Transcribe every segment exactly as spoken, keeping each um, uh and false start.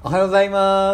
おはようございます。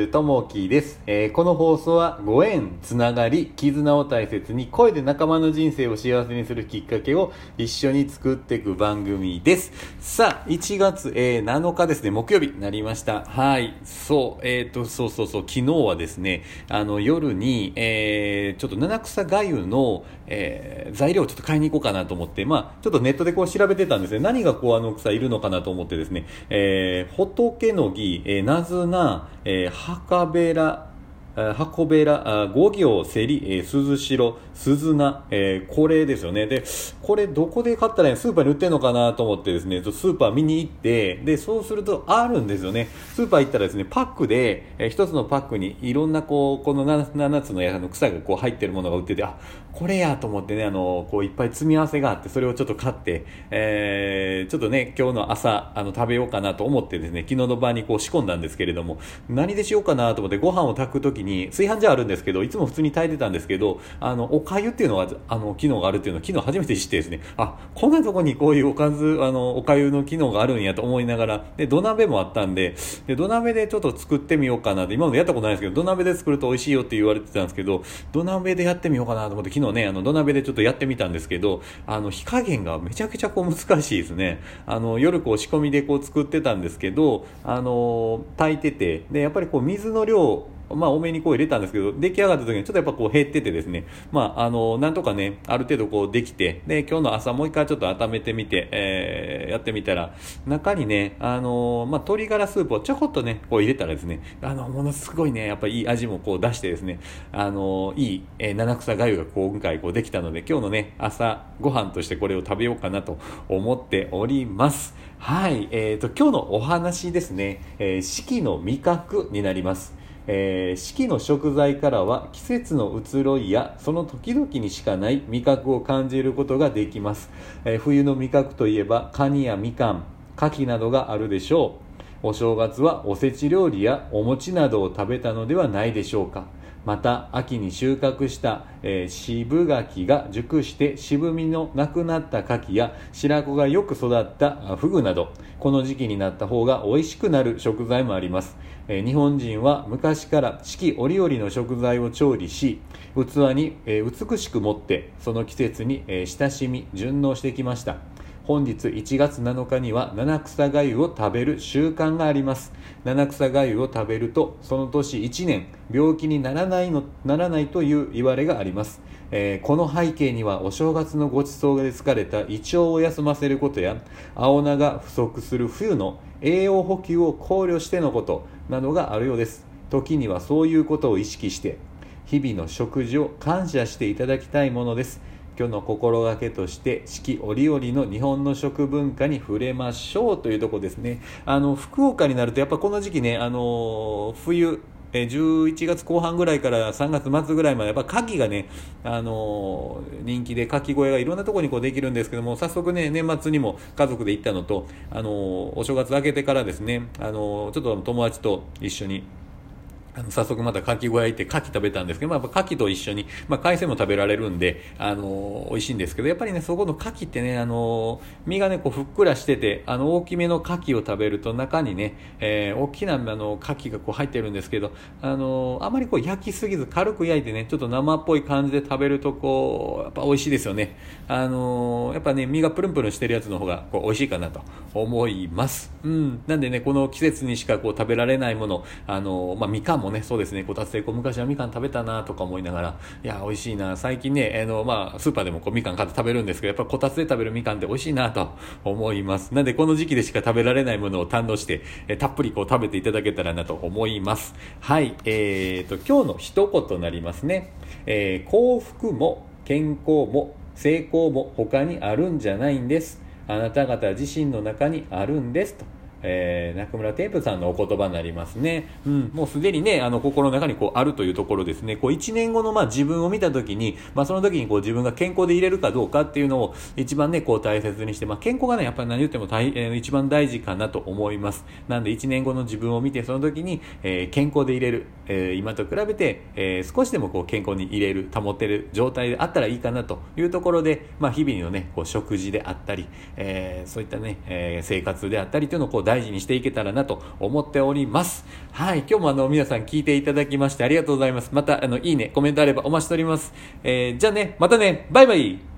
ともきです、えー。この放送はご縁、つながり、絆を大切に声で仲間の人生を幸せにするきっかけを一緒に作っていく番組です。さあ、いちがつ、えー、なのかですね、木曜日になりました。はい。そう、えっ、ー、と、そうそうそう、昨日はですね、あの、夜に、えー、ちょっと七草がゆの、えー、材料をちょっと買いに行こうかなと思って、まあ、ちょっとネットでこう調べてたんですね。何がこうあの草いるのかなと思ってですね、えー、仏の木、えー、なずな、えー、はかべら、箱べら、五行せり、えー、鈴代、鈴菜、えー、これですよね。で、これどこで買ったらいいの？スーパーに売ってんのかなと思ってですね、スーパー見に行って、で、そうするとあるんですよね。スーパー行ったらですね、パックで、えー、一つのパックにいろんなこう、このななつのやの草がこう入ってるものが売ってて、あ、これやと思ってね、あの、こういっぱい積み合わせがあって、それをちょっと買って、えー、ちょっとね、今日の朝、あの、食べようかなと思ってですね、昨日の晩にこう仕込んだんですけれども、何でしようかなと思ってご飯を炊くときに、炊飯ジャーあるんですけど、いつも普通に炊いてたんですけど、あの、おかゆっていうのは、あの、機能があるっていうのを昨日初めて知ってですね、あ、こんなとこにこういうおかず、あの、おかゆの機能があるんやと思いながら、で、土鍋もあったんで、で、土鍋でちょっと作ってみようかなって、今までやったことないですけど、土鍋で作ると美味しいよって言われてたんですけど、土鍋でやってみようかなと思って、昨日ね、あの、土鍋でちょっとやってみたんですけど、あの、火加減がめちゃくちゃこう難しいですね。あの、夜こう仕込みでこう作ってたんですけど、あの、炊いてて、で、やっぱりこう水の量、まあ多めにこう入れたんですけど、出来上がった時にちょっとやっぱこう減っててですね、まああの、なんとかね、ある程度こうできて、で、今日の朝もう一回ちょっと温めてみて、えー、やってみたら、中にね、あの、まあ鶏ガラスープをちょこっとね、こう入れたらですね、あの、ものすごいね、やっぱいい味もこう出してですね、あの、いい、えー、七草がゆが今回こうできたので、今日のね、朝ご飯としてこれを食べようかなと思っております。はい、えーと、今日のお話ですね、えー、四季の味覚になります。えー、四季の食材からは季節の移ろいやその時々にしかない味覚を感じることができます。えー、冬の味覚といえばカニやみかん、牡蠣などがあるでしょう。お正月はおせち料理やお餅などを食べたのではないでしょうか。また秋に収穫した、えー、渋柿が熟して渋みのなくなった牡蠣や白子がよく育ったフグなど、この時期になった方が美味しくなる食材もあります。えー、日本人は昔から四季折々の食材を調理し、器に、えー、美しく持ってその季節に、えー、親しみ順応してきました。本日いちがつなのかには七草がゆを食べる習慣があります。七草がゆを食べるとその年いちねん病気にならないのならないという言われがあります。えー、この背景にはお正月のごちそうで疲れた胃腸を休ませることや青菜が不足する冬の栄養補給を考慮してのことなどがあるようです。時にはそういうことを意識して日々の食事を感謝していただきたいものです。今日の心がけとして四季折々の日本の食文化に触れましょうというところですね。あの福岡になるとやっぱこの時期ね、あの冬じゅういちがつこう半ぐらいからさんがつ末ぐらいまでやっぱ牡蠣がね、あの人気で牡蠣小屋がいろんなところにこうできるんですけども、早速ね年末にも家族で行ったのと、あのお正月明けてからですね、あのちょっと友達と一緒にあの早速また牡蠣小屋行って牡蠣食べたんですけど、まあ、やっぱ牡蠣と一緒に、まあ、海鮮も食べられるんで、あのー、美味しいんですけど、やっぱりね、そこの牡蠣ってね、あのー、身がね、こう、ふっくらしてて、あの、大きめの牡蠣を食べると中にね、えー、大きな、あの、牡蠣がこう入ってるんですけど、あのー、あまりこう、焼きすぎず、軽く焼いてね、ちょっと生っぽい感じで食べると、こう、やっぱ美味しいですよね。あのー、やっぱね、身がプルンプルンしてるやつの方が、こう、美味しいかなと思います。うん。なんでね、この季節にしかこう、食べられないもの、あのー、まあ、みかんもね、そうですね、こたつでこう昔はみかん食べたなとか思いながら、いや美味しいな、最近ね、あのまあスーパーでもこうみかん買って食べるんですけど、やっぱこたつで食べるみかんって美味しいなと思います。なんでこの時期でしか食べられないものを堪能して、えたっぷりこう食べていただけたらなと思います。はい、えーと今日の一言となりますね。えー、幸福も健康も成功も他にあるんじゃないんです。あなた方自身の中にあるんですと。えー、中村天風さんのお言葉になりますね。うん、もうすでにね、あの心の中にこうあるというところですね。こういちねんごのまあ自分を見たときに、まあその時にこう自分が健康でいれるかどうかっていうのを一番ねこう大切にして、まあ健康がねやっぱり何言っても大、えー、一番大事かなと思います。なんでいちねんごの自分を見てその時に、えー、健康でいれる、えー、今と比べて、えー、少しでもこう健康にいれる保てる状態であったらいいかなというところで、まあ日々のねこう食事であったり、えー、そういったね、えー、生活であったりというのをこう大大事にしていけたらなと思っております。はい、今日もあの皆さん聞いていただきましてありがとうございます。またあのいいねコメントあればお待ちしております。えー、じゃあね、またね、バイバイ。